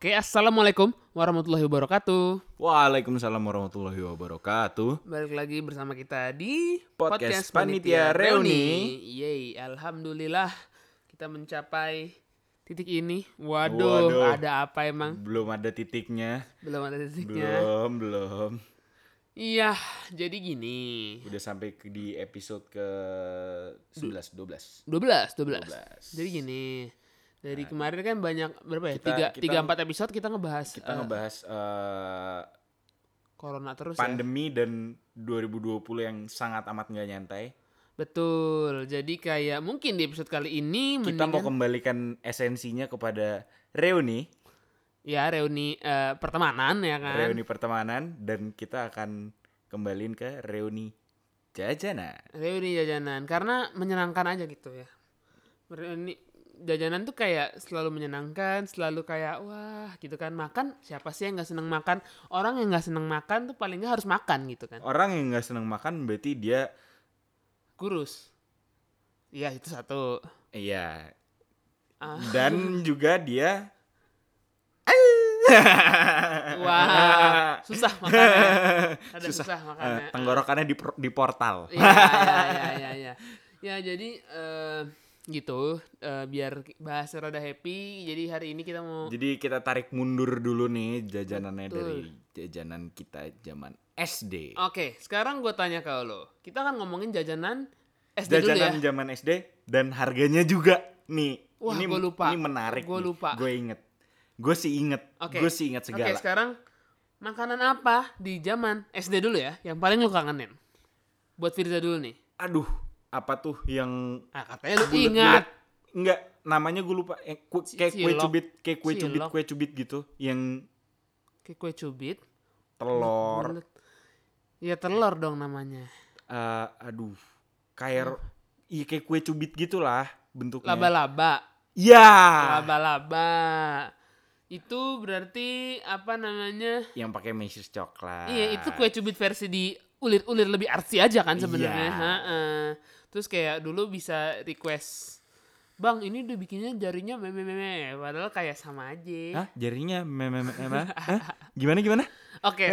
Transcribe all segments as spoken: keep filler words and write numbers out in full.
Oke, assalamualaikum warahmatullahi wabarakatuh. Waalaikumsalam warahmatullahi wabarakatuh. Balik lagi bersama kita di Podcast Panitia Reuni. Yeay, alhamdulillah kita mencapai titik ini. Waduh, Waduh. ada apa emang? Belum ada titiknya. Belum ada titiknya. Belum, belum. Iya, jadi gini. Udah sampai ke di episode ke sebelas, dua belas. dua belas, dua belas. dua belas. Jadi gini. Dari kemarin kan banyak berapa ya? Kita- Tiga, kita- tiga empat episode kita ngebahas Kita eh, ngebahas eh, corona terus ya. pandemi dan dua ribu dua puluh yang sangat amat gak nyantai. Betul. Jadi kayak mungkin di episode kali ini Kita mau mendingan- kembalikan esensinya kepada reuni, ya reuni eh, pertemanan ya kan. reuni pertemanan, dan kita akan kembaliin ke reuni jajanan. Reuni jajanan karena menyenangkan aja gitu ya. Reuni jajanan tuh kayak selalu menyenangkan, selalu kayak wah gitu kan. Makan, siapa sih yang nggak seneng makan? Orang yang nggak seneng makan tuh paling nggak harus makan gitu kan. Orang yang nggak seneng makan berarti dia Kurus. Iya itu satu. iya. Ah. Dan juga dia Wah susah makannya. Ada susah, susah, makannya. Eh, tenggorokannya di por- di portal. Iya iya iya iya iya. Ya jadi eh, gitu eh, biar bahasa rada happy. Jadi hari ini kita mau Jadi kita tarik mundur dulu nih jajanannya. Betul. Dari jajanan kita zaman S D. Oke, sekarang gue tanya ke lo. Kita kan ngomongin jajanan S D dulu ya. Jajanan zaman S D dan harganya juga nih. Wah, ini gua lupa. ini menarik. Gua lupa. Gue inget. Gue sih inget. Oke. Gue sih inget Oke, segala. sekarang makanan apa di zaman S D dulu ya yang paling lo kangenin? Buat Firza dulu nih. Aduh, apa tuh yang Ah, katanya lo bulet-bulet? ingat. Enggak, namanya gue lupa. Eh, ku- kayak kue Cilok. cubit, kayak kue cubit, Cilok. kue cubit gitu, yang Kayak kue cubit. telur. Bulet. Ya telur dong namanya. eh, aduh, kayak iya kayak kue cubit gitulah bentuknya. Laba-laba. Ya. Laba-laba. Itu berarti apa namanya? Yang pakai meses coklat. Iya, itu kue cubit versi di ulir-ulir lebih artsy aja kan sebenarnya. Iya. Heeh. Terus kayak dulu bisa request, "Bang, ini udah bikinnya jarinya meme meme." Padahal kayak sama aja. Hah? Jarinya meme meme meme. Hah? Gimana gimana? Oke.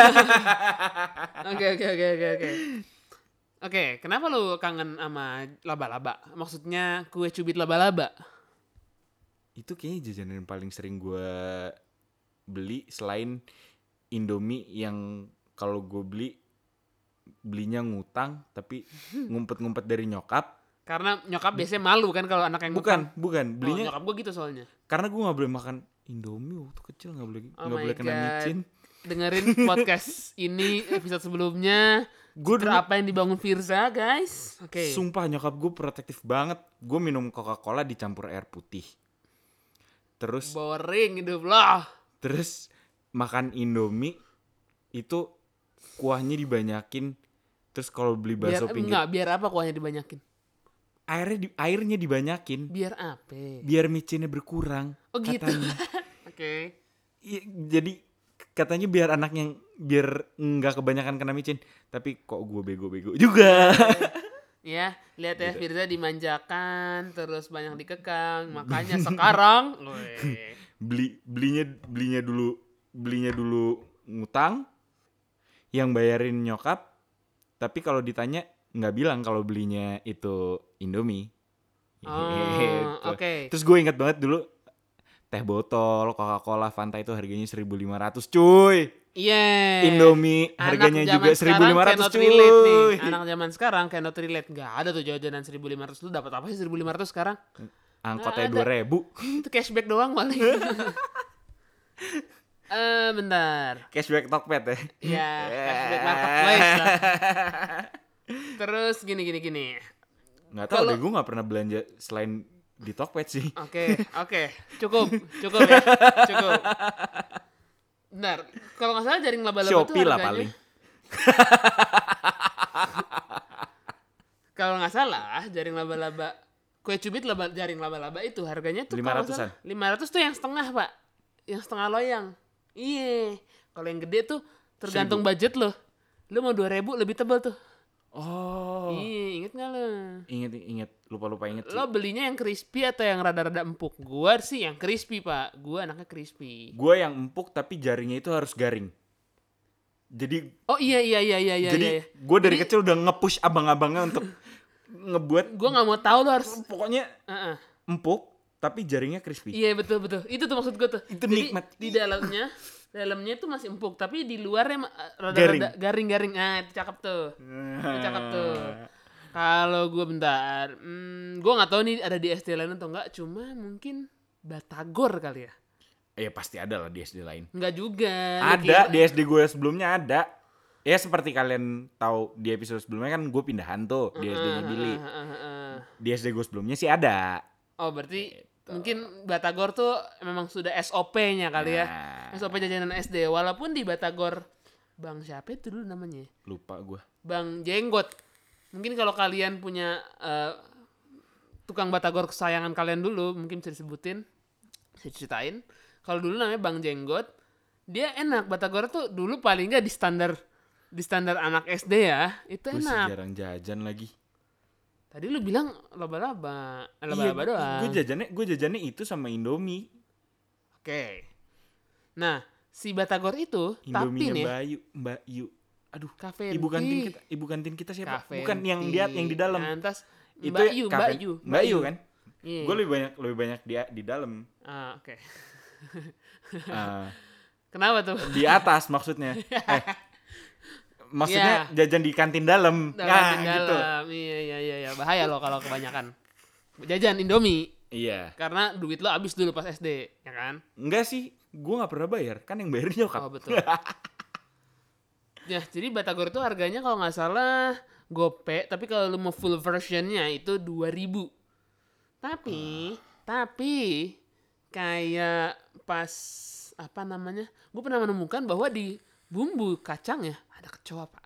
Oke oke oke oke oke. Oke, kenapa lu kangen sama laba-laba? Maksudnya kue cubit laba-laba? Itu kayaknya jajanan yang paling sering gue beli selain Indomie yang kalau gue beli belinya ngutang tapi ngumpet-ngumpet dari nyokap. Karena nyokap biasanya malu kan kalau anak yang Bukan, bukan. ngutang. Belinya Oh, nyokap gue gitu soalnya. karena gue nggak boleh makan Indomie waktu kecil, nggak boleh Oh nggak my boleh kena God. micin. Dengerin podcast ini episode sebelumnya. Gue dulu Apa yang dibangun Firza, guys? Oke. sumpah nyokap gue protektif banget. Gue minum Coca-Cola dicampur air putih. Terus Boring hidup lo. terus makan Indomie itu kuahnya dibanyakin. Terus kalau beli Biar bakso pinggir enggak, biar apa kuahnya dibanyakin? airnya di, airnya dibanyakin Biar apa? biar micinnya berkurang. Oh gitu. Katanya. Oke. Iya, jadi katanya biar anaknya biar nggak kebanyakan kena micin. Tapi kok gue bego-bego juga. Ya, lihat ya Gitu. Firza dimanjakan, terus banyak dikekang, makanya sekarang weh, beli belinya belinya dulu belinya dulu ngutang, yang bayarin nyokap, tapi kalau ditanya nggak bilang kalau belinya itu Indomie. Oh, Gitu. oke. Terus gue ingat banget dulu teh botol Coca-Cola Fanta itu harganya seribu lima ratus cuy. Iya. Indomie Anak harganya zaman juga seribu lima ratus sekarang cuy. cannot relate nih. Anak zaman sekarang cannot relate. Nggak ada tuh jajanan seribu lima ratus. Lu dapat apa sih seribu lima ratus sekarang? Angkotnya Nggak dua ada. ribu. Itu cashback doang paling. Eh, bentar. Cashback Tokped ya. Ya, cashback marketplace lah. Terus gini gini gini. Nggak tahu Kalau- deh, gue nggak pernah belanja selain di Tokped sih. Oke, oke. Cukup, cukup ya. Cukup. Benar. Kalau nggak salah jaring laba-laba tuh Shopee lah harganya- paling. Kalau nggak salah jaring laba-laba kue cubit laba, jaring laba-laba itu harganya tuh lima kalau ratusan. nggak salah, lima ratus tuh yang setengah, Pak. Yang setengah loyang. Iya. Kalau yang gede tuh tergantung budget lo. Lo mau dua ribu lebih tebal tuh. Oh. Iya, inget gak lo? Inget inget lupa-lupa inget sih. Lo belinya yang crispy atau yang rada-rada empuk? Gua sih yang crispy, Pak. Gua anaknya crispy. Gua yang empuk tapi jaringnya itu harus garing. Jadi Oh iya iya iya iya iya. jadi iya. gue dari Jadi, kecil udah nge-push abang-abangnya untuk ngebuat gua nggak mau tahu lo harus. pokoknya Uh-uh. empuk tapi jaringnya crispy. Iya betul betul. Itu tuh maksud gua tuh. Itu Jadi, nikmat. di dalamnya, dalamnya itu masih empuk, tapi di luarnya ma- Garing. rada-rada garing-garing. Ah, itu cakep tuh. Itu cakep tuh. Kalau gua bentar, hmm, gua nggak tahu nih ada di S D lain atau enggak. Cuma mungkin Batagor kali ya. Ya pasti ada lah di S D lain. Enggak juga. lu Ada kira- di S D gue sebelumnya ada. Ya seperti kalian tahu di episode sebelumnya kan gue pindahan tuh di S D-nya Billy. Ah, ah, ah, ah. Di S D gue sebelumnya sih ada. Oh berarti mungkin Batagor tuh memang sudah S O P-nya kali ya. Nah, S O P jajanan S D. Walaupun di Batagor Bang siapa itu dulu namanya? lupa gue. Bang Jenggot. Mungkin kalau kalian punya eh, tukang Batagor kesayangan kalian dulu, mungkin bisa disebutin, bisa diceritain. Kalau dulu namanya Bang Jenggot, dia enak. Batagor tuh dulu paling nggak di standar di standar anak S D ya, itu Gue enak. jarang jajan lagi. Tadi lu bilang laba-laba, eh, laba-laba doang. Gue jajannya gue jajannya itu sama Indomie. Oke. Nah, si Batagor itu tapi Indominya nih Mbak Yu, Mbak Yu. Aduh, Cafe ibu Tea. kantin kita, ibu kantin kita siapa? Cafe Bukan yang Tea. di yang di dalam. Lantas Itu Mbak Yu, Mbak cafe- Yu, Mbak Yu kan? Iya. Gue lebih banyak lebih banyak dia di dalam. Ah, oke. Ah, Kenapa tuh? di atas maksudnya. Eh, maksudnya jajan di kantin dalam. Dalam Nah, di gitu. dalam. Iya, iya, iya, iya. Bahaya loh kalau kebanyakan. Jajan Indomie. Iya. Karena duit lo habis dulu pas S D, ya kan? Enggak sih, gue nggak pernah bayar. Kan yang bayar nyokap. Oh, betul. Ya, jadi Batagor itu harganya kalau nggak salah gope, tapi kalau lu mau full versionnya itu dua ribu. Tapi, tapi kayak pas apa namanya? Gue pernah menemukan bahwa di bumbu kacang ya ada kecoa, Pak.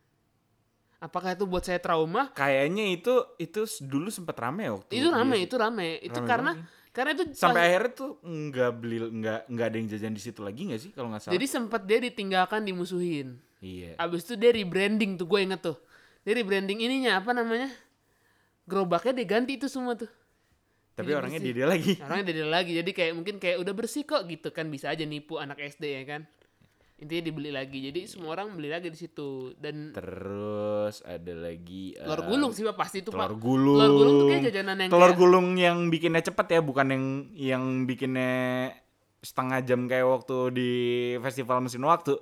Apakah itu buat saya trauma? Kayaknya itu itu dulu sempat rame waktu. Itu rame, dia- itu rame. Itu Rame karena banget. karena itu Sampai pas- akhirnya tuh nggak beli nggak nggak ada yang jajan di situ lagi nggak sih kalau nggak salah. jadi sempat dia ditinggalkan, dimusuhin. Iya. Abis itu dia rebranding tuh, gue inget tuh. Dia rebranding ininya apa namanya? Gerobaknya diganti itu semua tuh. Tapi jadi orangnya bersih. dia dia lagi. Orangnya dia lagi. Jadi kayak mungkin kayak udah bersih kok gitu kan, bisa aja nipu anak S D ya kan. Intinya dibeli lagi. Jadi semua orang beli lagi di situ. Dan Terus ada lagi eh, telur gulung sih Pak, pasti itu telur Pak. gulung. Telur gulung tuh kayak jajanan yang Telur kayak- gulung yang bikinnya cepet ya, bukan yang yang bikinnya setengah jam kayak waktu di festival mesin waktu.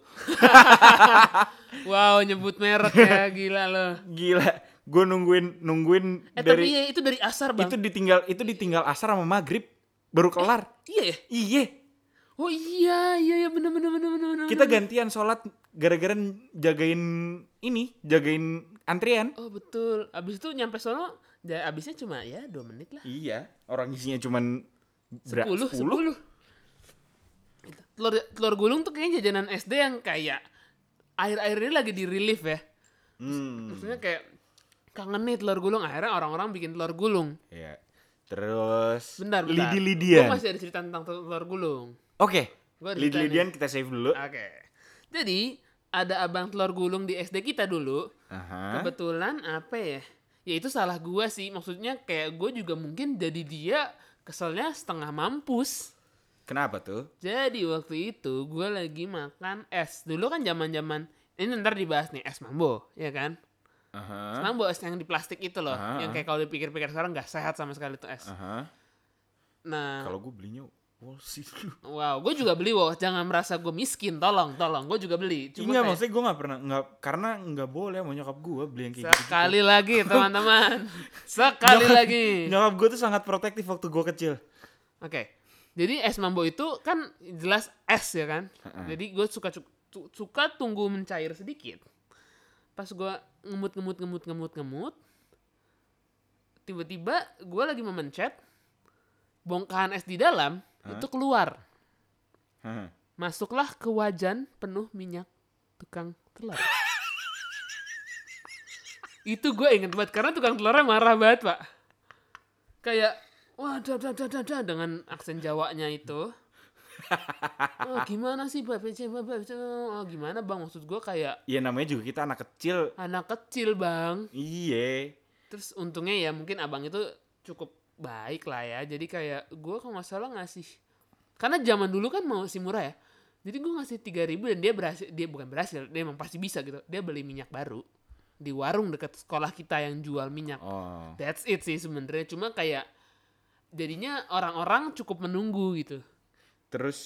Wow, nyebut merek ya, gila loh. Gila, gue nungguin nungguin Eh tapi dari ya, itu dari asar Bang. itu ditinggal itu ditinggal asar sama maghrib baru kelar. Iya ya? Iya, Oh iya, iya, iya, bener, bener, bener, bener, bener. kita gantian sholat gara-gara jagain ini, jagain antrian. Oh betul. Abis itu nyampe sono, ya, abisnya cuma ya dua menit lah. Iya, orang isinya cuman ber- Sepuluh, sepuluh. Telur, telur gulung tuh kayaknya jajanan S D yang kayak akhir-akhir ini lagi di relief ya. Hmm. Maksudnya kayak kangen nih telur gulung, akhirnya orang-orang bikin telur gulung. Iya. Terus Bentar, bentar. lidi-lidian. Gue masih ada cerita tentang telur gulung. Oke. Gua ada Lidi-lidian kita save dulu. Oke. Jadi ada abang telur gulung di S D kita dulu. Aha. Kebetulan apa ya? Ya itu salah gua sih. Maksudnya kayak gue juga mungkin jadi dia keselnya setengah mampus. Kenapa tuh? Jadi waktu itu gue lagi makan es. Dulu kan zaman-zaman ini ntar dibahas nih es mambo, ya kan? Es Aha. mambo es yang di plastik itu loh, Aha. yang kayak kalau dipikir-pikir sekarang nggak sehat sama sekali tuh es. Aha. Nah, Kalau gue belinya Walsi dulu. wow, gue juga beli wow. Jangan merasa gue miskin, tolong, tolong. Gue juga beli. Enggak, kayak- maksudnya gue gak pernah nggak karena nggak boleh mau nyokap gue beli yang kayak gitu. Sekali lagi teman-teman. Sekali Nyokap- lagi. Nyokap gue tuh sangat protektif waktu gue kecil. Oke. Jadi es mambo itu kan jelas es ya kan. Heeh. Jadi gue suka cu- suka tunggu mencair sedikit. Pas gue ngemut ngemut ngemut ngemut ngemut, tiba-tiba gue lagi memencet, bongkahan es di dalam Hah? itu keluar. Hah. Masuklah ke wajan penuh minyak tukang telur. Itu gue inget banget karena tukang telurnya marah banget Pak. Kayak wah dah dah dah dah dah dengan aksen Jawanya itu. Oh gimana sih Pak? Oh gimana bang? Maksud gue kayak Ya namanya juga kita anak kecil. anak kecil bang. Iya. Terus untungnya ya mungkin abang itu cukup baik lah ya. Jadi kayak gue kalau nggak salah ngasih, karena zaman dulu kan mau si murah ya. Jadi gue ngasih tiga ribu dan dia berhasil, dia bukan berhasil, dia emang pasti bisa gitu. Dia beli minyak baru di warung dekat sekolah kita yang jual minyak. Oh. That's it sih sebenarnya. Cuma kayak jadinya orang-orang cukup menunggu gitu. Terus,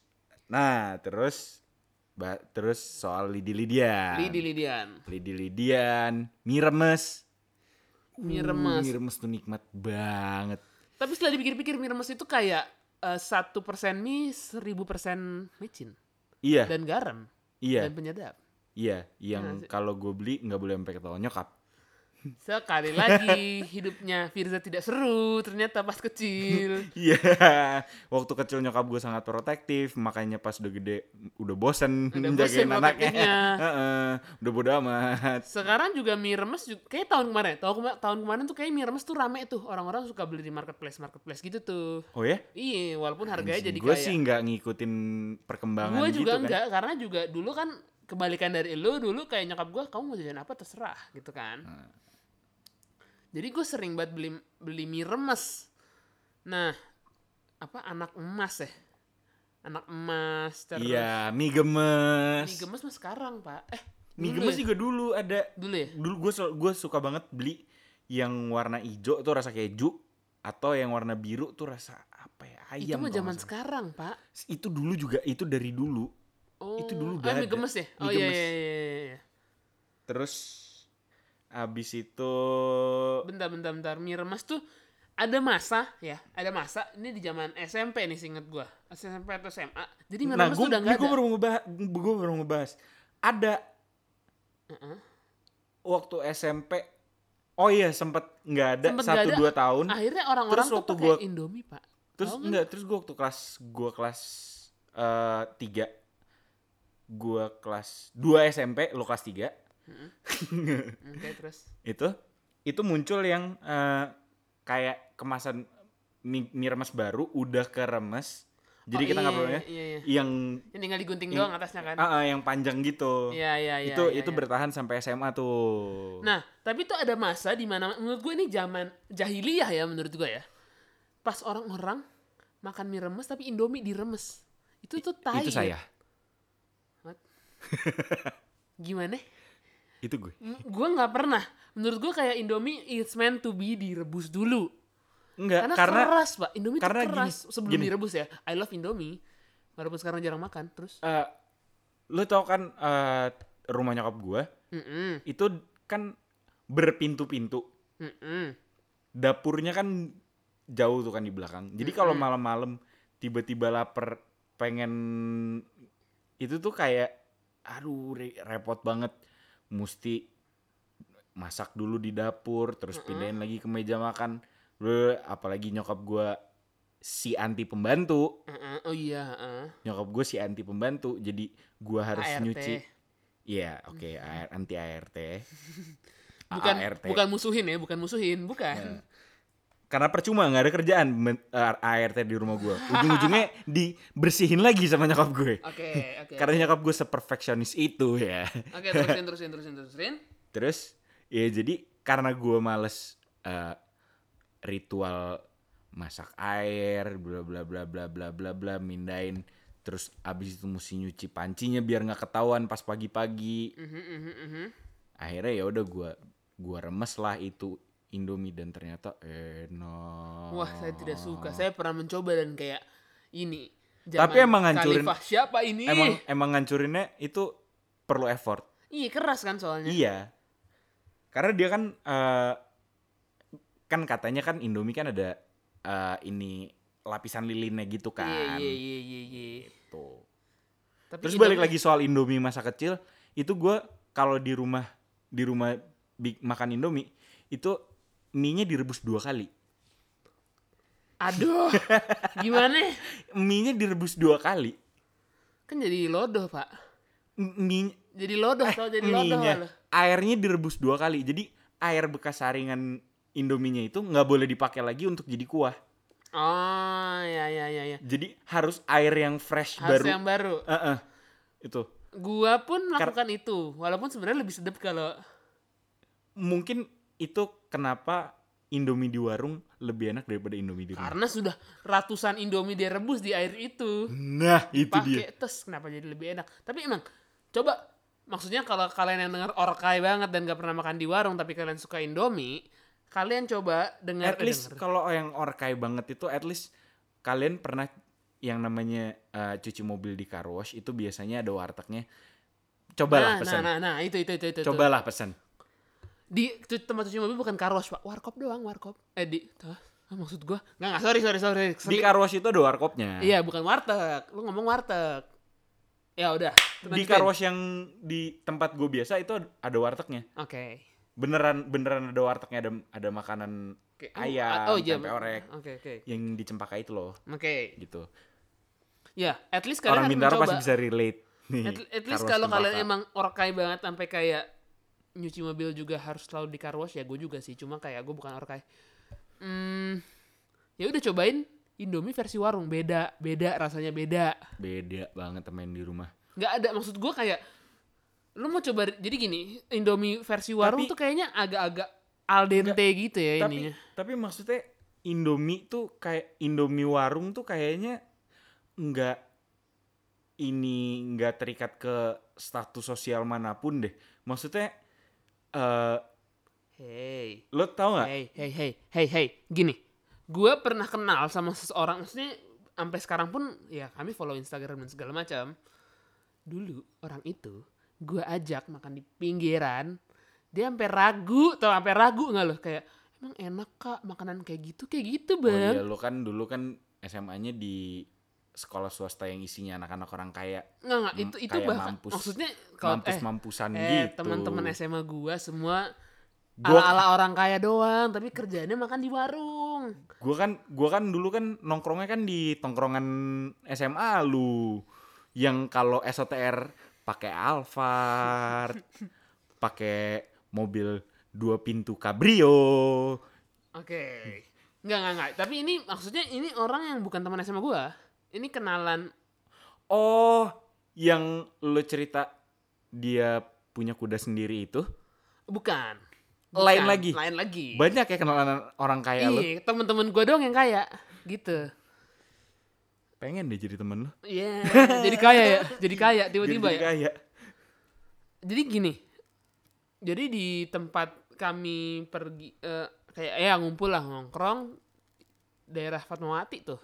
nah terus, ba- terus soal lidi-lidian. Lidi-lidian. Lidi-lidian, mie remes. Mie Uh, remes. Mie remes tuh nikmat banget. Tapi setelah dipikir-pikir mie remes itu kayak satu persen mie, seribu persen micin Iya, dan garam iya, dan penyedap. iya. Yang Nah, sih. kalau gue beli nggak boleh sampai ketahuan nyokap. Sekali lagi hidupnya Firza tidak seru ternyata pas kecil. Iya, waktu kecil nyokap gue sangat protektif, makanya pas udah gede udah bosen Udah bosen jagain anaknya. protektifnya. Heeh, udah bodo amat. Sekarang juga mie remes juga, kayak tahun kemarin, tahun, kema- tahun kemarin tuh kayak mie remes tuh rame tuh, orang-orang suka beli di marketplace marketplace gitu tuh. Oh ya? Iya, walaupun harganya jadi Gue kayak. sih nggak ngikutin perkembangan Gue gitu juga kan. enggak, karena juga dulu kan kebalikan dari lu, dulu kayak nyokap gue, kamu mau jajan apa terserah gitu kan. Hmm. Jadi gue sering banget beli beli mie remes. Nah, apa anak emas ya? Anak emas terus. Iya, mie gemes. Mie gemes mah sekarang pak. Eh, Mie dulu gemes ya? juga dulu ada. Dulu ya? Dulu gue gue suka banget beli yang warna hijau tuh rasa keju, atau yang warna biru tuh rasa apa ya, ayam. Itu mah kalau zaman nggak salah. sekarang pak. Itu dulu juga, itu dari dulu. Oh, Itu dulu ah, udah mie ada. gemes ya? Oh Mie iya, gemes. iya iya iya. Terus abis itu Bentar bentar bentar. Mie remes tuh ada masa ya, ada masa ini di zaman S M P nih seinget gue. S M P atau S M A. Jadi mie nah remes gue tuh udah nggak ada. gue baru ngebahas gue baru ngebahas ada Uh-uh. waktu S M P. Oh iya, sempet nggak ada Sempet satu nggak ada. dua tahun. Akhirnya orang-orang Terus tuh waktu pakai gua- Indomie pak. Terus Tahu kan? enggak, terus gue waktu kelas gue kelas eh, tiga, gue kelas dua S M P, lo kelas tiga. Oke terus. itu itu muncul yang eh, kayak kemasan mie, mie remes baru udah keremes. Jadi Oh, kita nggak iya, perlu ya iya, iya. yang Ini tinggal digunting Yang- doang atasnya kan. ah, ah, yang panjang gitu. Iya iya iya. itu iya, itu iya. bertahan sampai S M A tuh. Nah, tapi tuh ada masa di mana menurut gue ini zaman jahiliyah ya menurut gue ya. Pas orang-orang makan mie remes tapi Indomie diremes. Itu tuh tai. Itu saya. Gimana? Itu gue. M- Gue nggak pernah. Menurut gue kayak Indomie it's meant to be direbus dulu. Enggak, Karena, karena keras, Pak. Indomie karena tuh keras gini, sebelum gini. direbus ya. I love Indomie. Walaupun sekarang jarang makan. Terus? eh, lo tau kan eh, rumah nyokap gue Mm-mm. itu kan berpintu-pintu. Mm-mm. Dapurnya kan jauh tuh kan di belakang. Jadi kalau malam-malam tiba-tiba lapar pengen itu tuh kayak aduh re- repot banget. Mesti masak dulu di dapur, terus pindahin lagi ke meja makan. Bleh, apalagi nyokap gue si anti pembantu. Uh-uh. Oh iya. Uh. Nyokap gue si anti pembantu. Jadi gue harus A R T. nyuci. Iya, oke, A R anti A R T. Bukan A R T. bukan musuhin ya, bukan musuhin, bukan. Karena percuma nggak ada kerjaan men- eh, A R T di rumah gue. Ujung-ujungnya dibersihin lagi sama nyokap gue. Oke, oke. Karena nyokap gue seperfeksionis itu ya. Oke, terusin terusin terusin terusin. Terus ya jadi karena gue males eh, ritual masak air, bla bla bla bla bla bla bla, mindain, terus abis itu mesti nyuci pancinya biar nggak ketahuan pas pagi-pagi. Mhm, mhm, mhm. Akhirnya ya udah gue gua remes lah itu Indomie dan ternyata enak. Wah, saya tidak suka. Saya pernah mencoba dan kayak ini. Tapi zaman emang ngancurin- Khalifah siapa ini? Emang emang ngancurinnya itu perlu effort. Iya, keras kan soalnya. Iya. Karena dia kan eh, kan katanya kan Indomie kan ada eh, ini lapisan lilinnya gitu Iya, kan. iya, iya, iya, iya. Tuh. Tapi Terus Indomie- balik lagi soal Indomie masa kecil, itu gue kalau di rumah di rumah bi- makan Indomie itu mie-nya direbus dua kali. Aduh. Gimana? Mie-nya direbus dua kali. Kan jadi lodoh, Pak. M- Mie Jadi lodoh, tau jadi lodoh mie-nya, loh. airnya direbus dua kali. Jadi air bekas saringan Indominya itu nggak boleh dipakai lagi untuk jadi kuah. Oh, ya ya ya ya. Jadi harus air yang fresh Harus baru. yang baru. Uh-uh. Itu. Gua pun melakukan Kar- itu, walaupun sebenarnya lebih sedap kalau mungkin itu kenapa Indomie di warung lebih enak daripada Indomie di rumah. Karena sudah ratusan Indomie direbus di air itu. Nah, itu dia. Pakai tes kenapa jadi lebih enak. Tapi emang coba, maksudnya kalau kalian yang dengar orkai banget dan gak pernah makan di warung tapi kalian suka Indomie, kalian coba dengar. At least kalau yang orkai banget itu at least kalian pernah yang namanya uh, cuci mobil di car wash itu biasanya ada wartegnya. Cobalah nah, pesan. Nah, nah, nah, itu itu itu itu. Cobalah pesan. Di tempat cuci mobil bukan car wash, Pak. Warkop doang, warkop. Eh di ah, maksud gua. Enggak, enggak, sorry, sorry, sorry. Di car wash itu ada warkopnya. Iya, bukan warteg. Lu ngomong warteg. Ya udah. Di car wash yang di tempat gue biasa itu ada wartegnya. Oke. Okay. Beneran beneran ada wartegnya, ada ada makanan okay. ayam, oh, iya. tempe orek. Oke, okay, oke. Okay. Yang di Cempaka itu loh. Oke. Okay. Gitu. Ya, at least kalian orang harus Bintaro mencoba. pasti bisa relate nih. At, at least kalau kalian emang orkai banget sampai kayak nyuci mobil juga harus selalu di car wash, ya gue juga sih, cuma kayak gue bukan orkai. Hmm, ya udah cobain Indomie versi warung, beda, beda rasanya beda. Beda banget temen di rumah. Nggak ada, maksud gue kayak lu mau coba, jadi gini, Indomie versi warung tapi, tuh kayaknya agak-agak al dente enggak, gitu ya tapi, ininya. Tapi maksudnya Indomie tuh kayak Indomie warung tuh kayaknya nggak ini nggak terikat ke status sosial manapun deh. Maksudnya Uh, hey, lo tau nggak? Hey, hey, hey, hey, hey, gini, gue pernah kenal sama seseorang, maksudnya sampai sekarang pun ya kami follow Instagram dan segala macam. Dulu orang itu gue ajak makan di pinggiran, dia sampai ragu, tau sampai ragu nggak lo? Kayak emang enak kak makanan kayak gitu, kayak gitu bang. Oh iya, lo kan dulu kan S M A-nya di sekolah swasta yang isinya anak-anak orang kaya. Nggak, nggak, itu itu bahkan mampus, maksudnya kalau mampus eh, mampusan eh, gitu. Teman-teman S M A gua semua gua, ala-ala orang kaya doang, tapi kerjaannya makan di warung. Gua kan gua kan dulu kan nongkrongnya kan di tongkrongan S M A lu. Yang kalau S O T R pakai Alphard, pakai mobil dua pintu Cabrio. Oke. Okay. Enggak, enggak, enggak. Tapi ini maksudnya ini orang yang bukan teman S M A gua. Ini kenalan. Oh, yang lo cerita dia punya kuda sendiri itu? Bukan. Bukan. Lain lagi. Lain lagi. Banyak ya kenalan orang kaya lo. Iya, temen-temen gue doang yang kaya, gitu. Pengen deh jadi temen lo. Iya, yeah, jadi kaya ya, jadi kaya tiba-tiba jadi, ya. Jadi kaya. Jadi gini. Jadi di tempat kami pergi, uh, kayak ya ngumpul lah nongkrong daerah Fatmawati tuh.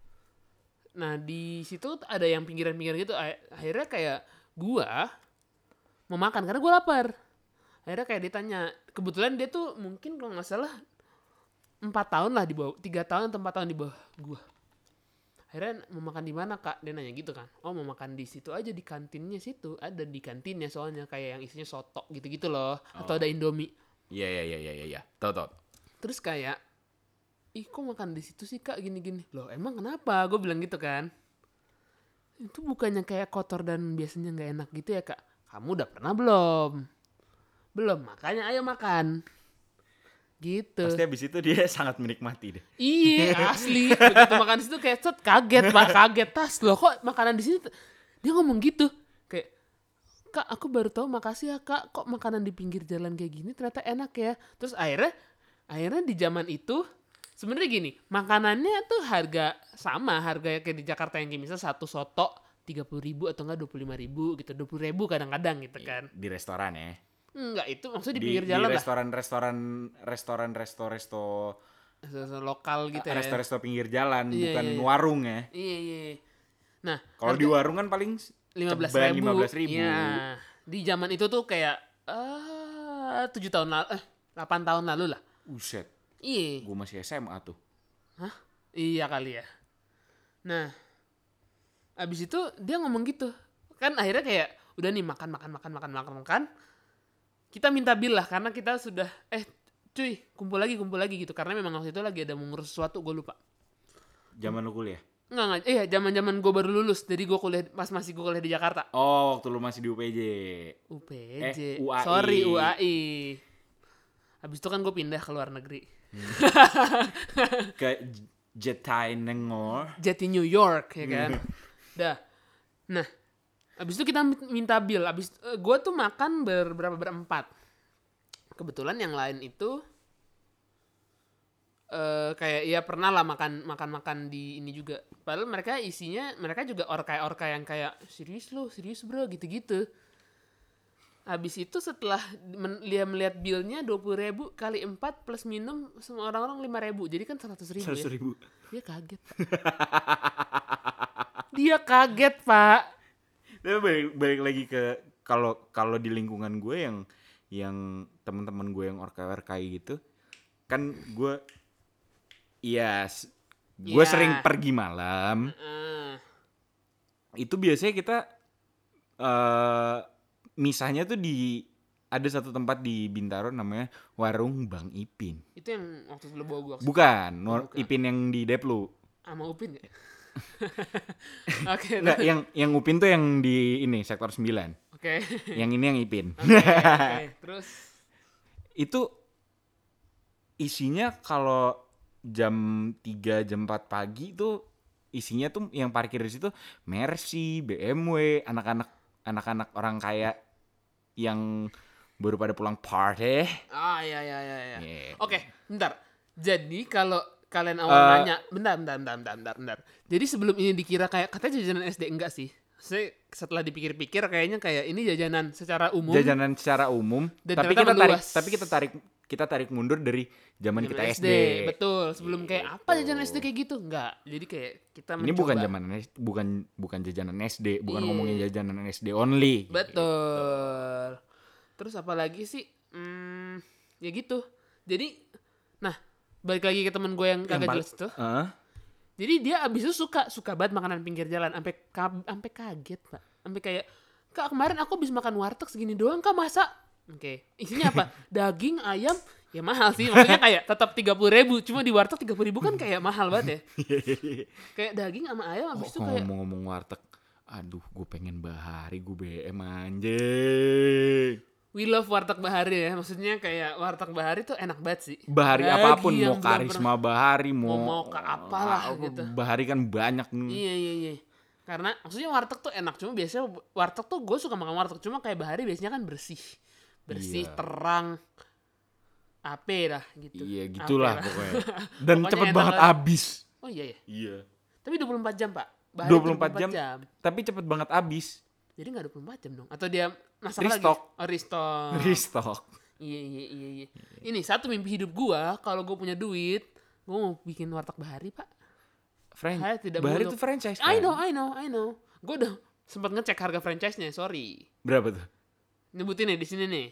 Nah di situ ada yang pinggiran-pinggiran gitu. Akhirnya kayak gua mau makan karena gua lapar. Akhirnya kayak ditanya, kebetulan dia tuh mungkin kalau nggak salah empat tahun lah di bawah, tiga tahun atau empat tahun di bawah gua. Akhirnya mau makan di mana kak? Dia nanya gitu kan. Oh mau makan di situ aja, di kantinnya situ. Ada di kantinnya soalnya kayak yang isinya soto gitu-gitu loh. Oh. Atau ada Indomie. Iya iya iya iya iya. Tahu tahu. Terus kayak, ih kok makan di situ sih kak gini-gini. Loh emang kenapa? Gue bilang gitu kan. Itu bukannya kayak kotor dan biasanya nggak enak gitu ya kak? Kamu udah pernah belum? Belum, makanya ayo makan. Gitu. Pasti abis itu dia sangat menikmati deh. Iya asli. Begitu makan di situ kayak set kaget pak, kaget tas loh kok makanan di sini. Dia ngomong gitu. Kayak, kak aku baru tahu makasih ya kak. Kok makanan di pinggir jalan kayak gini ternyata enak ya. Terus akhirnya, akhirnya di zaman itu sebenarnya gini, makanannya tuh harga sama, harga kayak di Jakarta yang kayak misalnya satu soto tiga puluh ribu atau enggak dua puluh lima ribu gitu, dua puluh ribu kadang-kadang gitu kan. Di restoran ya. Enggak, itu maksudnya di pinggir jalan lah. Di restoran, restoran, restoran, resto, resto, resto lokal gitu ya. Resto, resto pinggir jalan, iya, bukan iya, iya. warung ya. Iya, iya. Nah, kalau di warung kan paling lima belas ribu. lima belas ribu. Iya. Di zaman itu tuh kayak uh, tujuh tahun lalu, eh delapan tahun lalu lah. Uset. Iya. Gue masih S M A tuh. Hah? Iya kali ya. Nah, abis itu dia ngomong gitu. Kan akhirnya kayak udah nih makan makan makan makan makan makan. Kita minta bil lah karena kita sudah eh cuy kumpul lagi kumpul lagi gitu karena memang waktu itu lagi ada mengurus sesuatu, gue lupa. Zaman lu kuliah? Enggak enggak. Iya, zaman-zaman gue baru lulus. Jadi gue kuliah pas masih gue kuliah di Jakarta. Oh, waktu lu masih di U P J. U P J. Eh, U A I. Sorry, U A I. Habis itu kan gue pindah ke luar negeri. Hmm. Ke Jatinangor. Jati New York ya kan. Dah. Nah, abis itu kita minta bill. Abis uh, gue tuh makan ber, berapa berempat. Kebetulan yang lain itu uh, kayak ya pernah lah makan makan makan di ini juga. Padahal mereka isinya mereka juga orkai-orkai yang kayak serius lo, serius bro gitu-gitu. Habis itu setelah men- dia melihat billnya dua puluh ribu kali empat plus minum semua orang-orang lima ribu. Jadi kan seratus ribu seratus ya. ribu. Dia kaget. Dia kaget, Pak. Tapi balik, balik lagi ke kalau kalau di lingkungan gue yang yang teman-teman gue yang orkai-orkai gitu, kan gue iya gue Iya. sering pergi malam. Uh, Itu biasanya kita uh, misahnya tuh di ada satu tempat di Bintaro namanya Warung Bang Ipin. itu yang waktu itu lo bawa gua. Bukan, Oh, bukan. Ipin yang di Deplu. Sama Upin gak? Oke. Enggak, yang yang Upin tuh yang di ini sektor sembilan. Oke. Yang ini yang Ipin. Oke. Oke. Terus Itu isinya kalau jam tiga jam empat pagi tuh isinya tuh yang parkir di situ Mercy, B M W, anak-anak anak-anak orang kaya yang baru pada pulang party. ah ya ya ya ya. Yeah. Oke, bentar. Jadi kalau kalian awal Uh, nanya, bentar, bentar, bentar, bentar, bentar, bentar. Jadi sebelum ini dikira kayak katanya jajanan S D, enggak sih? Saya setelah dipikir-pikir kayaknya kayak ini jajanan secara umum. Jajanan secara umum, Dan tapi ternyata kita tarik meluas. tapi kita tarik kita tarik mundur dari zaman kita Jaman S D. Betul. Sebelum kayak Gitu. apa jajanan S D kayak gitu? Enggak. Jadi kayak kita Ini mencoba. bukan zaman bukan bukan jajanan S D, bukan Iya. ngomongin jajanan S D only. Betul. Terus apa lagi sih? Hmm, ya gitu. Jadi, nah balik lagi ke temen gue yang kagak pal- jelas itu. Heeh. Jadi dia abis itu suka suka banget makanan pinggir jalan, sampai sampai kaget pak, sampai kayak kak kemarin aku habis makan warteg segini doang kak masa? Oke, isinya apa? Daging, ayam, ya mahal sih. Maksudnya kayak tetap tiga puluh ribu, cuma di warteg tiga puluh ribu kan kayak mahal banget ya. Kayak daging sama ayam abis itu Oh, kayak ngomong-ngomong warteg, aduh gue pengen bahari gue B M anjing. we love warteg Bahari ya. Maksudnya kayak warteg Bahari tuh enak banget sih. Bahari Bagi apapun, yang mau belum karisma bahari, mau mau ke apalah apa, gitu. Bahari kan banyak nih. Iya iya iya. Karena maksudnya warteg tuh enak, cuma biasanya warteg tuh gue suka makan warteg, cuma kayak Bahari biasanya kan bersih. Bersih, Iya. terang. Ape dah gitu. Iya Ape gitulah lah. pokoknya. Dan Pokoknya cepet enak banget lah. habis. Oh iya iya. Iya. Tapi dua puluh empat jam, Pak. Bahari dua puluh empat jam, tapi cepet banget habis. Jadi enggak dua puluh empat jam dong. Atau dia masak Restock. lagi. Oh, restock. Restock. Iya iya iya iya. Ini satu mimpi hidup gua, kalau gua punya duit, gua mau bikin warteg Bahari, Pak. Fran- Saya tidak Bahari muluk. itu franchise I kan? know, I know, I know. Gua udah sempat ngecek harga franchise-nya, sorry. Berapa tuh? Nyebutin nih di sini nih.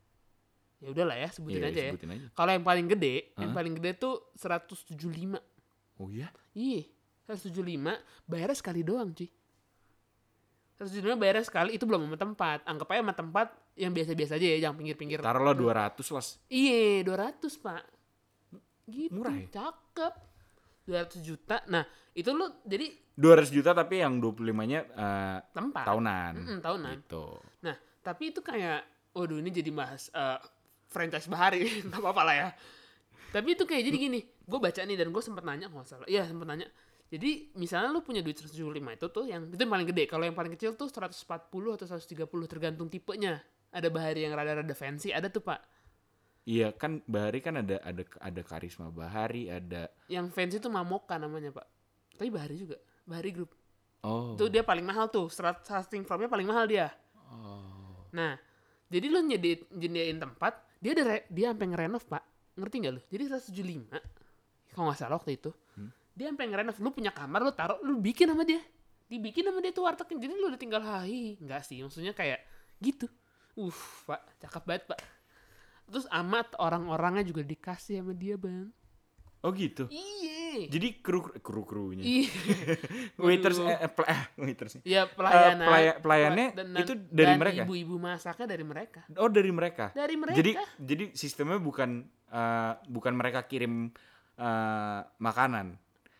Ya udahlah ya, sebutin Iya, aja sebutin ya. aja. Kalau yang paling gede, yang Hah? paling gede tuh seratus tujuh puluh lima. Oh iya? Iya, seratus tujuh puluh lima bayarnya sekali doang, cuy. seratus tujuh puluh lima bayarnya sekali, itu belum sama tempat. Anggap aja sama tempat yang biasa-biasa aja ya, yang pinggir-pinggir. Taruhlah dua ratus lah. Iya, dua ratus, Pak. Gitu, Murah ya? cakep. dua ratus juta. Nah, itu lu jadi dua ratus juta tapi yang dua puluh limanya eh, tempat. tahunan. Mm-mm, tahunan. Gitu. Nah, tapi itu kayak, waduh ini jadi bahas eh, franchise Bahari, nggak apa-apa lah ya. Tapi itu kayak jadi gini, gue baca nih dan gue sempat nanya, nggak salah, iya sempat nanya. Jadi misalnya lu punya duit seratus tujuh puluh lima itu tuh yang itu yang paling gede. Kalau yang paling kecil tuh seratus empat puluh atau seratus tiga puluh tergantung tipenya. Ada Bahari yang rada-rada fancy, ada tuh Pak. Iya kan Bahari kan ada ada ada karisma Bahari, ada Yang fancy tuh Mamoka namanya Pak. Tapi Bahari juga, Bahari Group. oh. Itu dia paling mahal tuh, serat starting from-nya paling mahal dia. Oh. Nah, jadi lu nyediain, nyediain tempat, dia ada re- dia sampai ngerenov Pak. Ngerti nggak lu? Jadi seratus tujuh puluh lima, kalau nggak salah waktu itu, hmm? dia sampai ngerenov. Lu punya kamar, lu taruh, lu bikin sama dia, dibikin sama dia tuh wartegnya. Jadi lu udah tinggal hai, nggak sih? Maksudnya kayak gitu. Uh, Pak, cakep banget Pak. Terus amat orang-orangnya juga dikasih sama dia bang. Oh gitu. Iya. Jadi kru kru krunya. Iya. Waiters Waduh. eh, pla- eh, waiters. Ya pelayanan. Eh, pelaya- pelayannya dan- itu dari dan mereka? ibu-ibu masaknya dari mereka. Oh dari mereka. Dari mereka. Jadi jadi sistemnya bukan eh, bukan mereka kirim eh, makanan.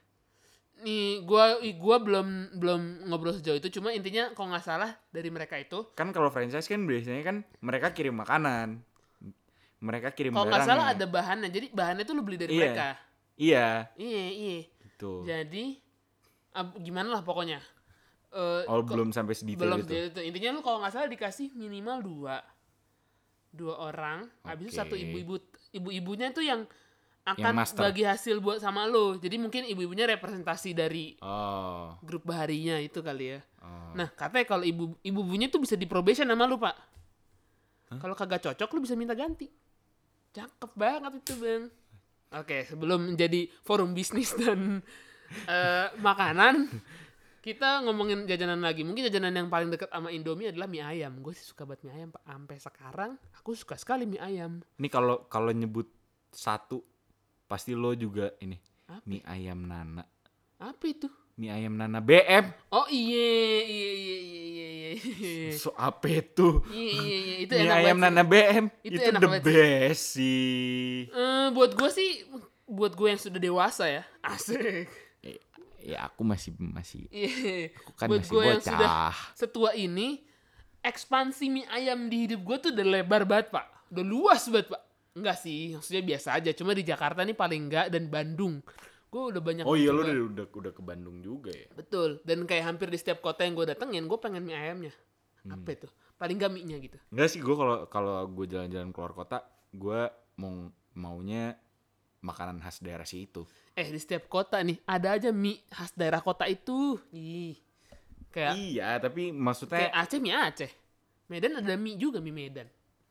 Nih, gua gua belum belum ngobrol sejauh itu, cuma intinya kalau nggak salah dari mereka itu. Kan kalau franchise kan biasanya kan mereka kirim makanan. Mereka kirim Kalau nggak barangnya. salah ada bahannya, jadi bahannya itu lu beli dari Iya. mereka. Iya. Iya iya. gitu. Jadi ab, gimana lah pokoknya. Uh, Oh, ko- belum sampai sedetail belum itu. itu. Intinya lu kalau nggak salah dikasih minimal dua dua orang. Habis itu Oke. satu ibu-ibu ibu-ibunya tuh yang Yang akan master. bagi hasil buat sama lo. Jadi mungkin ibu-ibunya representasi dari Oh. grup baharinya itu kali ya. Oh. Nah katanya kalau ibu ibu-ibunya tuh bisa di probation sama lu pak. Kalau kagak cocok lu bisa minta ganti. Cakep banget itu bang. Oke sebelum menjadi forum bisnis dan uh, makanan, kita ngomongin jajanan lagi. Mungkin jajanan yang paling dekat sama Indomie adalah mie ayam. Gue sih suka banget mie ayam pak. Sampai sekarang aku suka sekali mie ayam. Ini kalau kalau nyebut satu pasti lo juga ini. Apa? Mie ayam Nana. Apa itu? Mie ayam Nana B M. Oh iya iya iya iya iya iya. So apa itu? Iya iya iya itu Mie enak ayam banget Nana sih. B M. Itu Itu, enak the banget sih. best sih. Eh, buat gue sih, buat gue yang sudah dewasa ya, asik. Eh, Ya aku masih masih Iya. aku kan Buat masih gue yang bocah. sudah setua ini, ekspansi mie ayam di hidup gue tuh udah lebar banget pak, udah luas banget pak. Enggak sih, maksudnya biasa aja. Cuma di Jakarta nih paling enggak dan Bandung. Gue udah banyak. Oh iya lo mencoba. udah, udah udah ke Bandung juga ya. Betul. Dan kayak hampir di setiap kota yang gue datengin, gue pengen mie ayamnya. Hmm. Apa itu? Paling gak mie-nya gitu. Enggak sih gue kalau kalau gue jalan-jalan keluar kota, gue mau maunya makanan khas daerah sih itu. Eh di setiap kota nih ada aja mie khas daerah kota itu. Ih. Kayak Iya, tapi maksudnya kayak Aceh mie Aceh. Medan ada mie juga mie Medan.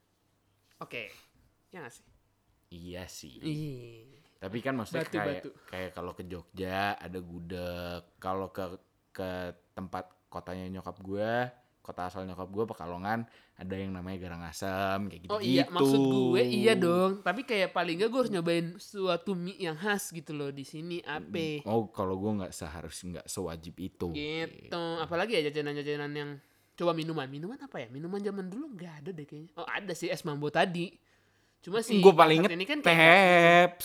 Oke. Ya gak sih? iya sih. Ih. Tapi kan maksudnya Batu, kayak batu. kayak kalau ke Jogja ada gudeg, kalau ke ke tempat kotanya nyokap gue, kota asal nyokap gue Pekalongan, ada yang namanya Garang Asem kayak gitu. Oh iya, maksud gue iya dong. Tapi kayak paling gak gue harus nyobain suatu mie yang khas gitu loh di sini. Apa? Oh, kalau gue nggak seharus nggak sewajib itu. Gitu. Apalagi ya jajanan-jajanan yang coba minuman. Minuman apa ya? Minuman zaman dulu nggak ada deh kayaknya. Oh ada sih es mambo tadi. Cuma sih Gue paling saat inget ini kan kayak Teps.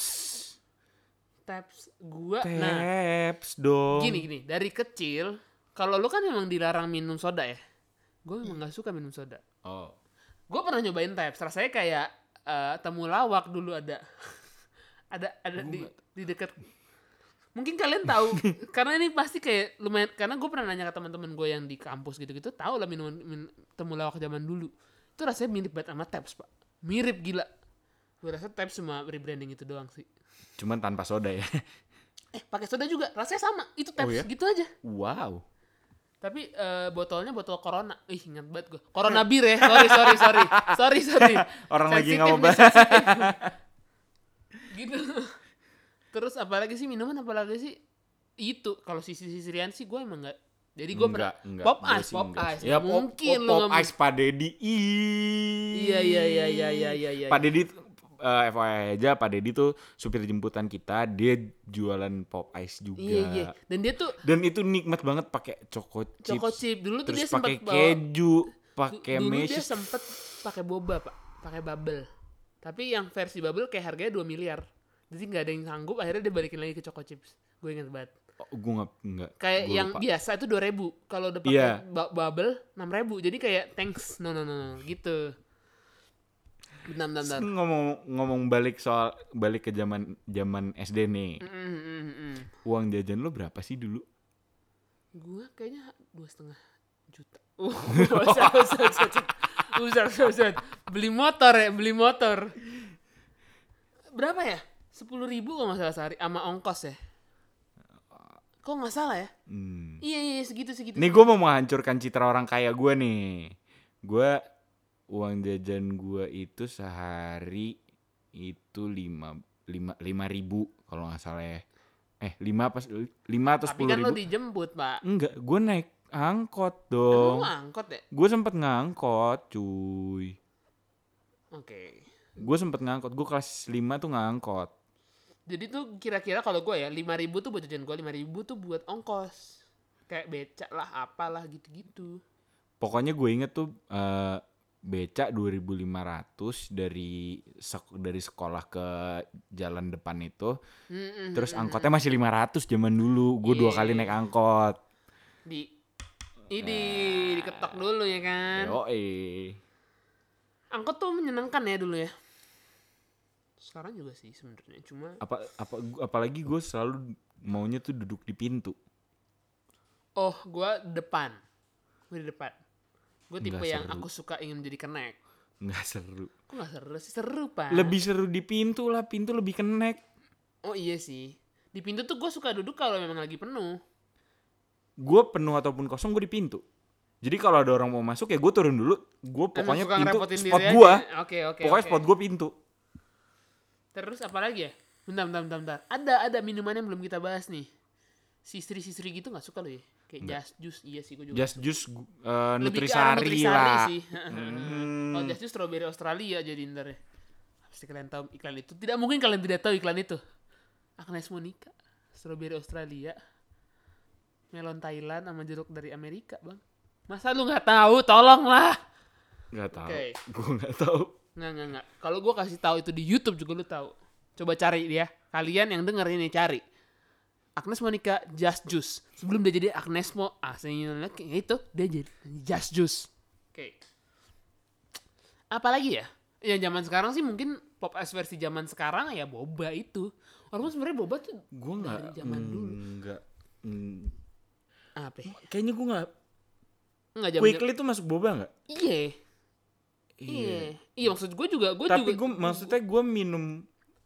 taps gua. Nah, Teps dong. gini gini. Dari kecil, kalau lu kan memang dilarang minum soda ya. Gue memang nggak suka minum soda. Oh. Gue pernah nyobain taps. Rasanya kayak eh, temulawak dulu ada. ada ada di di dekat. Mungkin kalian tahu karena ini pasti kayak lumayan karena gue pernah nanya ke teman-teman gue yang di kampus gitu-gitu tahu lah minuman min, temulawak zaman dulu itu rasanya mirip banget sama taps pak, mirip gila. Gue rasa taps cuma rebranding itu doang sih. Cuman tanpa soda ya. Eh pakai soda juga rasanya sama itu taps Oh ya? gitu aja. Wow. Tapi eh, botolnya botol Corona. Ih ingat banget gue. Corona bir ya. Sorry sorry sorry sorry sorry. Orang lagi Sensitif nggak mau nih, bahas. sensitif. Gitu. Terus apalagi sih minuman apalagi sih itu kalau sisi sisirian sih gue emang nggak. Jadi gue pernah Enggak, enggak. pop Gua ice sih pop enggak. ice. Ya pop, Mungkin pop, lu pop nggak- ice Pak Dedi. Ih. Iya iya iya iya iya iya iya. Pak Dedi eh, F Y I aja, Pak Dedi tuh supir jemputan kita, dia jualan pop ice juga. Iya iya. Dan dia tuh Dan itu nikmat banget pakai choco chips. Choco chip dulu tuh Terus dia sempat pakai bawa. keju, du- pakai Dulu dia meses. sempet pakai boba pak, pakai bubble. Tapi yang versi bubble kayak harganya dua miliar. Jadi nggak ada yang sanggup. Akhirnya dia balikin lagi ke choco chips. Gue ingat banget. Oh, gue nggak nggak. Kayak gua yang lupa. biasa itu dua ribu. Kalau udah pakai Iya. bu- bubble enam ribu. Jadi kayak thanks. No no no, no. Gitu. Bentar bentar bentar. ngomong ngomong balik soal balik ke zaman zaman S D nih. Mm, mm, mm, mm. Uang jajan lo berapa sih dulu? Gue kayaknya dua setengah juta. Uh, usah, usah, usah, usah. Usah, usah, usah. Beli motor ya, beli motor. Berapa ya? Sepuluh ribu kalau nggak salah sehari, sama ongkos ya. Kok nggak salah ya? Hmm. Iya, iya, segitu, segitu. Nih gue mau menghancurkan citra orang kaya gue nih. Gue uang jajan gue itu sehari itu lima lima lima ribu kalau nggak salah ya. Eh lima pas lima atau Tapi sepuluh kan lo ribu? dijemput, Pak. Enggak, gue naik angkot Emang dong. lo angkot ya? Gue sempet ngangkot, cuy. Oke. Gue sempet ngangkot. Gue kelas lima tuh ngangkot. Jadi tuh kira-kira kalau gue ya, lima ribu tuh buat jajan gue, lima ribu tuh buat ongkos. Kayak becak lah, apalah gitu-gitu. Pokoknya gue inget tuh eh, beca dua ribu lima ratus dari sek- dari sekolah ke jalan depan itu. Mm-mm, Terus mm-mm. angkotnya masih lima ratus zaman dulu. Gue dua Iya. kali naik angkot. Di ini diketok dulu ya kan. Yoi. Angkot tuh menyenangkan ya dulu ya. Sekarang juga sih sebenarnya, cuma Apa apa apalagi gue selalu maunya tuh duduk di pintu. oh gue depan, gue di depan. Gue tipe Nggak yang seru. aku suka ingin menjadi kenek. Nggak seru. Kok nggak seru sih? Seru pak. Lebih seru di pintu lah, pintu lebih connect. Oh iya sih. Di pintu tuh gue suka duduk kalau memang lagi penuh. Gue penuh ataupun kosong gue di pintu. Jadi kalau ada orang mau masuk ya gue turun dulu. Gue Emang pokoknya suka pintu ngerepotin spot diri gue. aja. Oke oke. Pokoknya oke. spot gue pintu. Terus apa lagi ya? Bentar bentar bentar bentar. Ada ada minuman yang belum kita bahas nih. Sistri sistri gitu nggak suka lo ya? Kayak just juice iya sih gue juga. Just juice uh, Lebih ke arah nutrisari nutrisari lah. sih. Hmm. Oh just juice strawberry Australia jadi ntar ya. Pasti kalian tahu iklan itu. Tidak mungkin kalian tidak tahu iklan itu. Agnes Monica, strawberry Australia, melon Thailand sama jeruk dari Amerika bang. Masa lu nggak tahu? Tolonglah. Gak tahu. Oke. Gue gak tahu. Nggak nggak nggak. Kalau gue kasih tahu itu di YouTube juga lu tahu. Coba cari dia. Kalian yang denger ini cari. Agnes Monica Just Juice. Sebelum dia jadi Agnes Mo, aslinya kayak itu dia jadi Just Juice. Oke. Apalagi ya? Ya zaman sekarang sih mungkin pop es versi zaman sekarang ya boba itu. Walaupun sebenarnya boba tuh Gue dari gak. zaman dulu. Enggak. Mm, Apa? ya? kayaknya gue gak. Enggak zaman. Quickly tuh masuk boba gak? Iya. Iya. Iya maksud gue juga gue Tapi juga gue maksudnya gue minum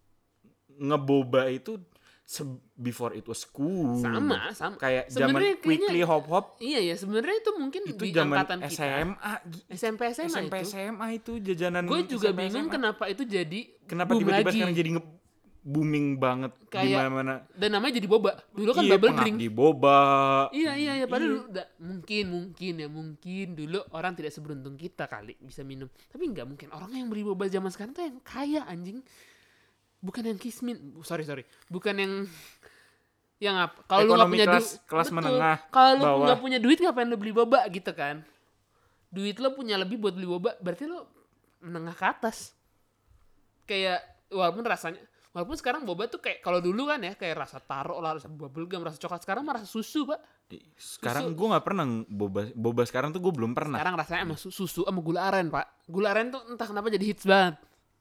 ngeboba itu se- before it was cool. sama sama. Kayak zaman Sebenarnya kayaknya- quickly hop hop Iya ya sebenarnya itu mungkin itu di zaman angkatan S kita. M A. S M P S M A S M P itu. S M A itu jajanan. Gue juga S M P bingung S M A. kenapa itu jadi Kenapa boom tiba-tiba lagi. sekarang jadi nge booming banget di Kayak- mana-mana. Dan namanya jadi boba. Dulu kan Iya, bubble drink. pengabdi boba. Iya iya iya padahal Iya. dulu da- mungkin mungkin ya mungkin dulu orang tidak seberuntung kita kali bisa minum. Tapi nggak mungkin orang yang beli boba zaman sekarang tuh yang kaya anjing. Bukan yang kismin. Sorry sorry. Bukan yang yang apa? Kalau lu nggak Ekonomi punya kelas- duit, kelas menengah, Kalau lu bawah. nggak punya duit ngapain lu beli boba gitu kan? Duit lo punya lebih buat beli boba, berarti lo menengah ke atas. Kayak walaupun rasanya, walaupun sekarang boba tuh kayak kalau dulu kan ya kayak rasa taro lah, rasa bubble gum, rasa coklat. Sekarang mah rasa susu pak. Sekarang gue nggak pernah boba boba sekarang tuh gue belum pernah. Sekarang rasanya emang su- susu sama gula aren pak. Gula aren tuh entah kenapa jadi hits banget.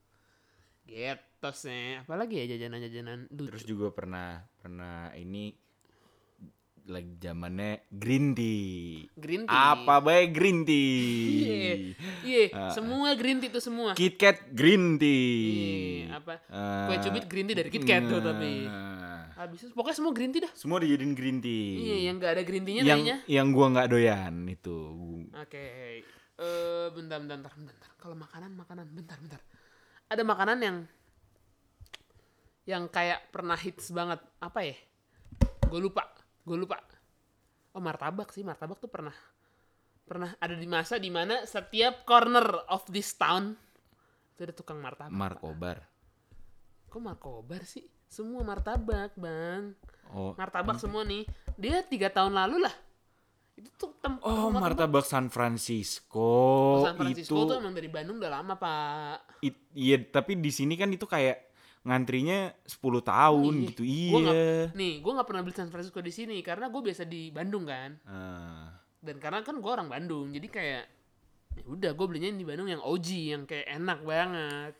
Gitu sih. Apalagi ya jajanan-jajanan lucu. Terus juga pernah pernah ini lagi zamannya green tea. Green tea. Apa baik green Iya, tea? iya. Ah. Semua green tea itu semua. KitKat green tea. Iya, apa? Kue cubit green tea dari KitKat tuh tapi. Nah, Habis itu pokoknya semua green tea dah. semua dijadiin green tea. Iya, yang nggak ada green tea-nya yang kayaknya. yang gua nggak doyan itu. Oke. Eh, bentar, bentar, bentar, bentar. Kalau makanan, makanan, bentar, bentar. Ada makanan yang yang kayak pernah hits banget. Apa ya? Gue lupa. Gue lupa. Oh, martabak sih. Martabak tuh pernah pernah ada di masa dimana setiap corner of this town itu ada tukang martabak. Markobar. Kok markobar sih? Semua martabak, Bang. Oh. Martabak semua nih. Dia tiga tahun lalu lah. Itu tuh tem- Oh, rumah-rumah- martabak San Francisco. Oh, San Francisco itu tuh emang dari Bandung udah lama, Pak. it- iya, tapi di sini kan itu kayak ngantrinya sepuluh tahun Iya. gitu. Gua Iya. nggak- nih, gue nggak pernah beli San Francisco di sini karena gue biasa di Bandung kan. Ah. Dan karena kan gue orang Bandung, jadi kayak ya udah gue belinya di Bandung yang O G, yang kayak enak banget.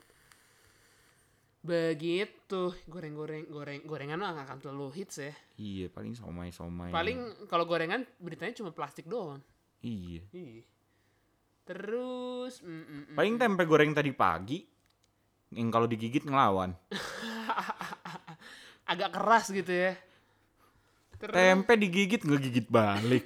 Begitu, goreng-goreng, goreng, gorengan mah nggak akan terlalu hits ya. Iya, paling somai-somai. Paling kalau gorengan beritanya cuma plastik doang. Iya. Ih. Terus, mm, mm, mm. Paling tempe goreng tadi pagi yang kalau digigit ngelawan. agak keras gitu ya. Terus, Tempe digigit ngegigit balik.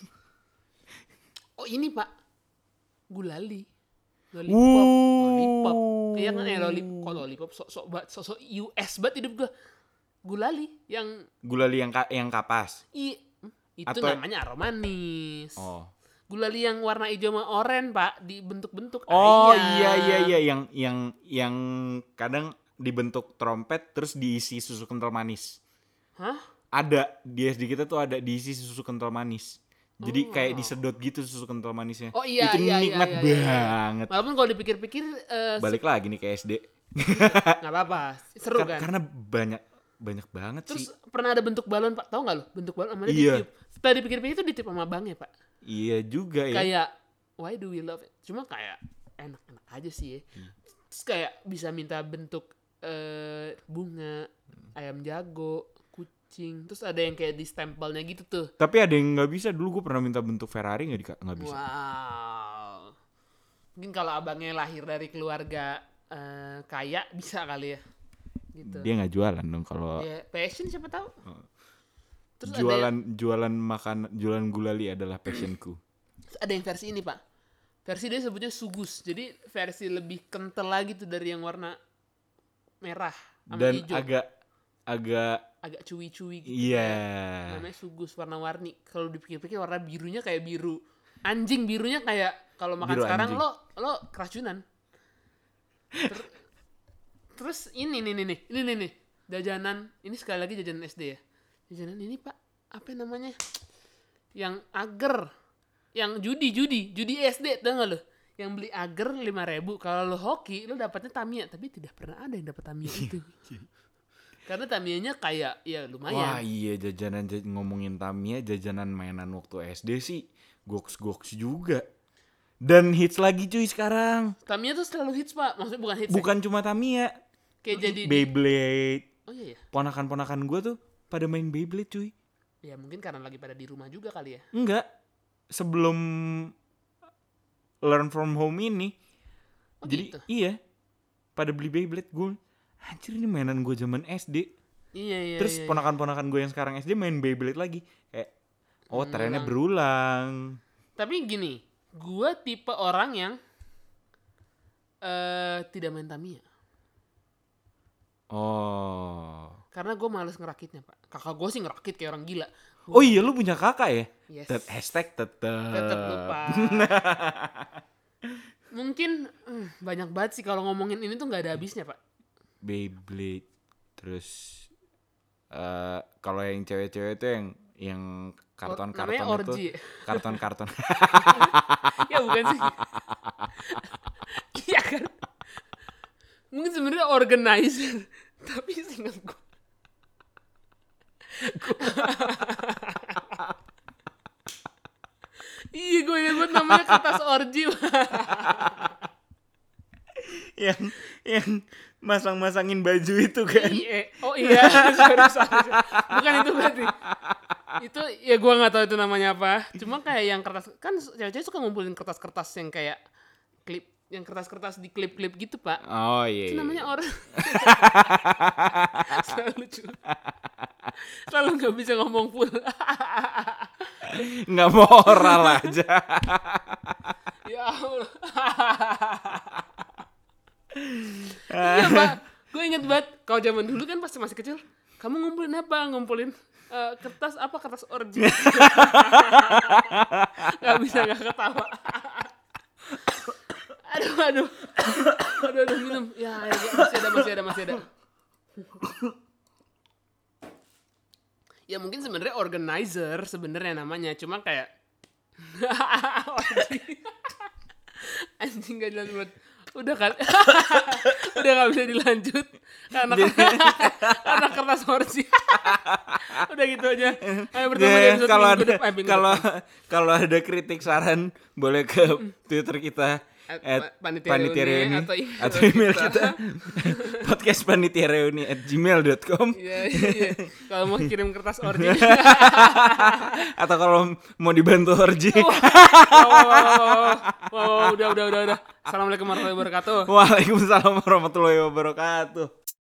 oh ini pak, gulali, lollipop, Wuh. lollipop, iya kan eh lollipop, kok lollipop, sok sok bat, sok sok U S banget hidup gue. Gulali yang Gulali yang ka- yang kapas. i, itu Atau- namanya aroma manis. Oh. Gulali yang warna hijau sama oranye pak, dibentuk-bentuk Oh ayam. iya iya iya yang yang yang kadang dibentuk trompet terus diisi susu kental manis. Hah? Ada di S D kita tuh ada diisi susu kental manis. Jadi Oh. kayak disedot gitu susu kental manisnya. Oh iya Itu iya iya, nikmat iya, iya. banget. Walaupun kalau dipikir-pikir eh, Balik lagi nih ke S D. nggak apa-apa, seru Kar- kan. Karena banyak banyak banget Terus sih. pernah ada bentuk balon pak, tahu nggak lo? Bentuk balon namanya Iya. ditiup. Setelah dipikir-pikir itu ditiup sama abangnya pak. Iya juga ya. Kayak why do we love it? Cuma kayak enak-enak aja sih ya. Hmm. Terus kayak bisa minta bentuk eh bunga, ayam jago, kucing. Terus ada yang kayak di stempelnya gitu tuh. Tapi ada yang nggak bisa. Dulu gue pernah minta bentuk Ferrari nggak di nggak bisa. Wow. Mungkin kalau abangnya lahir dari keluarga eh, kaya bisa kali ya. Gitu. Dia nggak jualan dong kalau. Ya, passion siapa tahu. Terus jualan ada yang, jualan makan jualan gulali adalah passionku. ada yang versi ini pak. Versi dia sebutnya sugus. Jadi versi lebih kental lagi tuh dari yang warna merah sama Dan hijau. agak agak Agak cuwi-cuwi gitu. iya. Kayak, namanya sugus warna-warni. Kalau dipikir-pikir warna birunya kayak biru anjing, birunya kayak kalau makan Biru sekarang anjing. lo lo keracunan. Ter- terus ini nih nih nih ini nih nih jajanan ini sekali lagi jajanan S D ya. Jajanan ini pak apa namanya? Yang agar, yang judi judi judi S D tau gak lo? Yang beli agar lima ribu, kalau lo hoki lo dapatnya Tamiya, tapi tidak pernah ada yang dapat Tamiya itu. Karena Tamiyanya kayak ya lumayan. Wah iya jajanan jaj- ngomongin Tamiya, jajanan mainan waktu S D sih goks-goks juga. Dan hits lagi cuy sekarang. Tamiya tuh selalu hits pak, maksudnya bukan hits. Bukan cuma Tamiya. Kayak jadi di- Beyblade. Oh iya ya. Ponakan-ponakan gue tuh pada main Beyblade cuy. Ya mungkin karena lagi pada di rumah juga kali ya. Enggak. Sebelum learn from home ini. Oh Jadi gitu. iya. Pada beli Beyblade gue. Anjir ini mainan gue zaman S D. Iya iya. Terus iya, iya. ponakan-ponakan gue yang sekarang S D main Beyblade lagi. Kayak oh trennya Berulang. berulang. Tapi gini, gue tipe orang yang eh tidak main Tamiya. Oh. Karena gue males ngerakitnya pak. Kakak gue sih ngerakit kayak orang gila. Gua- Oh iya lu punya kakak ya? Yes. Tet- hashtag tetep. Tetep lupa. Mungkin hmm, banyak banget sih kalau ngomongin ini tuh nggak ada habisnya pak. Beyblade. Terus eh kalau yang cewek-cewek tuh yang yang karton-karton Namanya itu orgy. karton-karton. Ya bukan sih. Iya kan. Mungkin sebenarnya organizer. Tapi seingat gue. Iya gue ingat banget namanya kertas orgy. yang yang masang-masangin baju itu kan. Iya. Oh iya. sorry, sorry. Bukan itu berarti. Itu ya gue nggak tahu itu namanya apa. Cuma kayak yang kertas, kan cewek-cewek suka ngumpulin kertas-kertas yang kayak klip, yang kertas-kertas di klip-klip gitu pak. Oh iya. Itu iya. namanya orang. Selalu lucu. Selalu nggak bisa ngomong full. Nggak moral aja. Ya Allah. Iya pak, gue inget banget. Kalau zaman dulu kan pas masih kecil, kamu ngumpulin apa? Ngumpulin uh, kertas apa? Kertas orgy. Gak bisa gak ketawa. aduh, aduh, aduh, aduh minum. Ya, ya, ya, masih ada, masih ada, masih ada. Ya mungkin sebenarnya organizer sebenarnya namanya, cuma kayak anjing gak jelas banget. Udah kan, udah gak bisa dilanjut karena karena kertas orgy. Udah gitu aja. Ayo bertemu di episode kalau minggu ada depan. Eh, minggu kalau depan. kalau ada kritik saran boleh ke Twitter kita At at panitia panitia reuni reuni atau email atau email kita. kita podcast panitia reuni at gmail dot com Iya, iya. Kalau mau kirim kertas orgy. atau kalau mau dibantu orgy. wow, wow, wow, wow, wow, udah, udah, udah, udah. Assalamualaikum warahmatullahi wabarakatuh. Waalaikumsalam warahmatullahi wabarakatuh.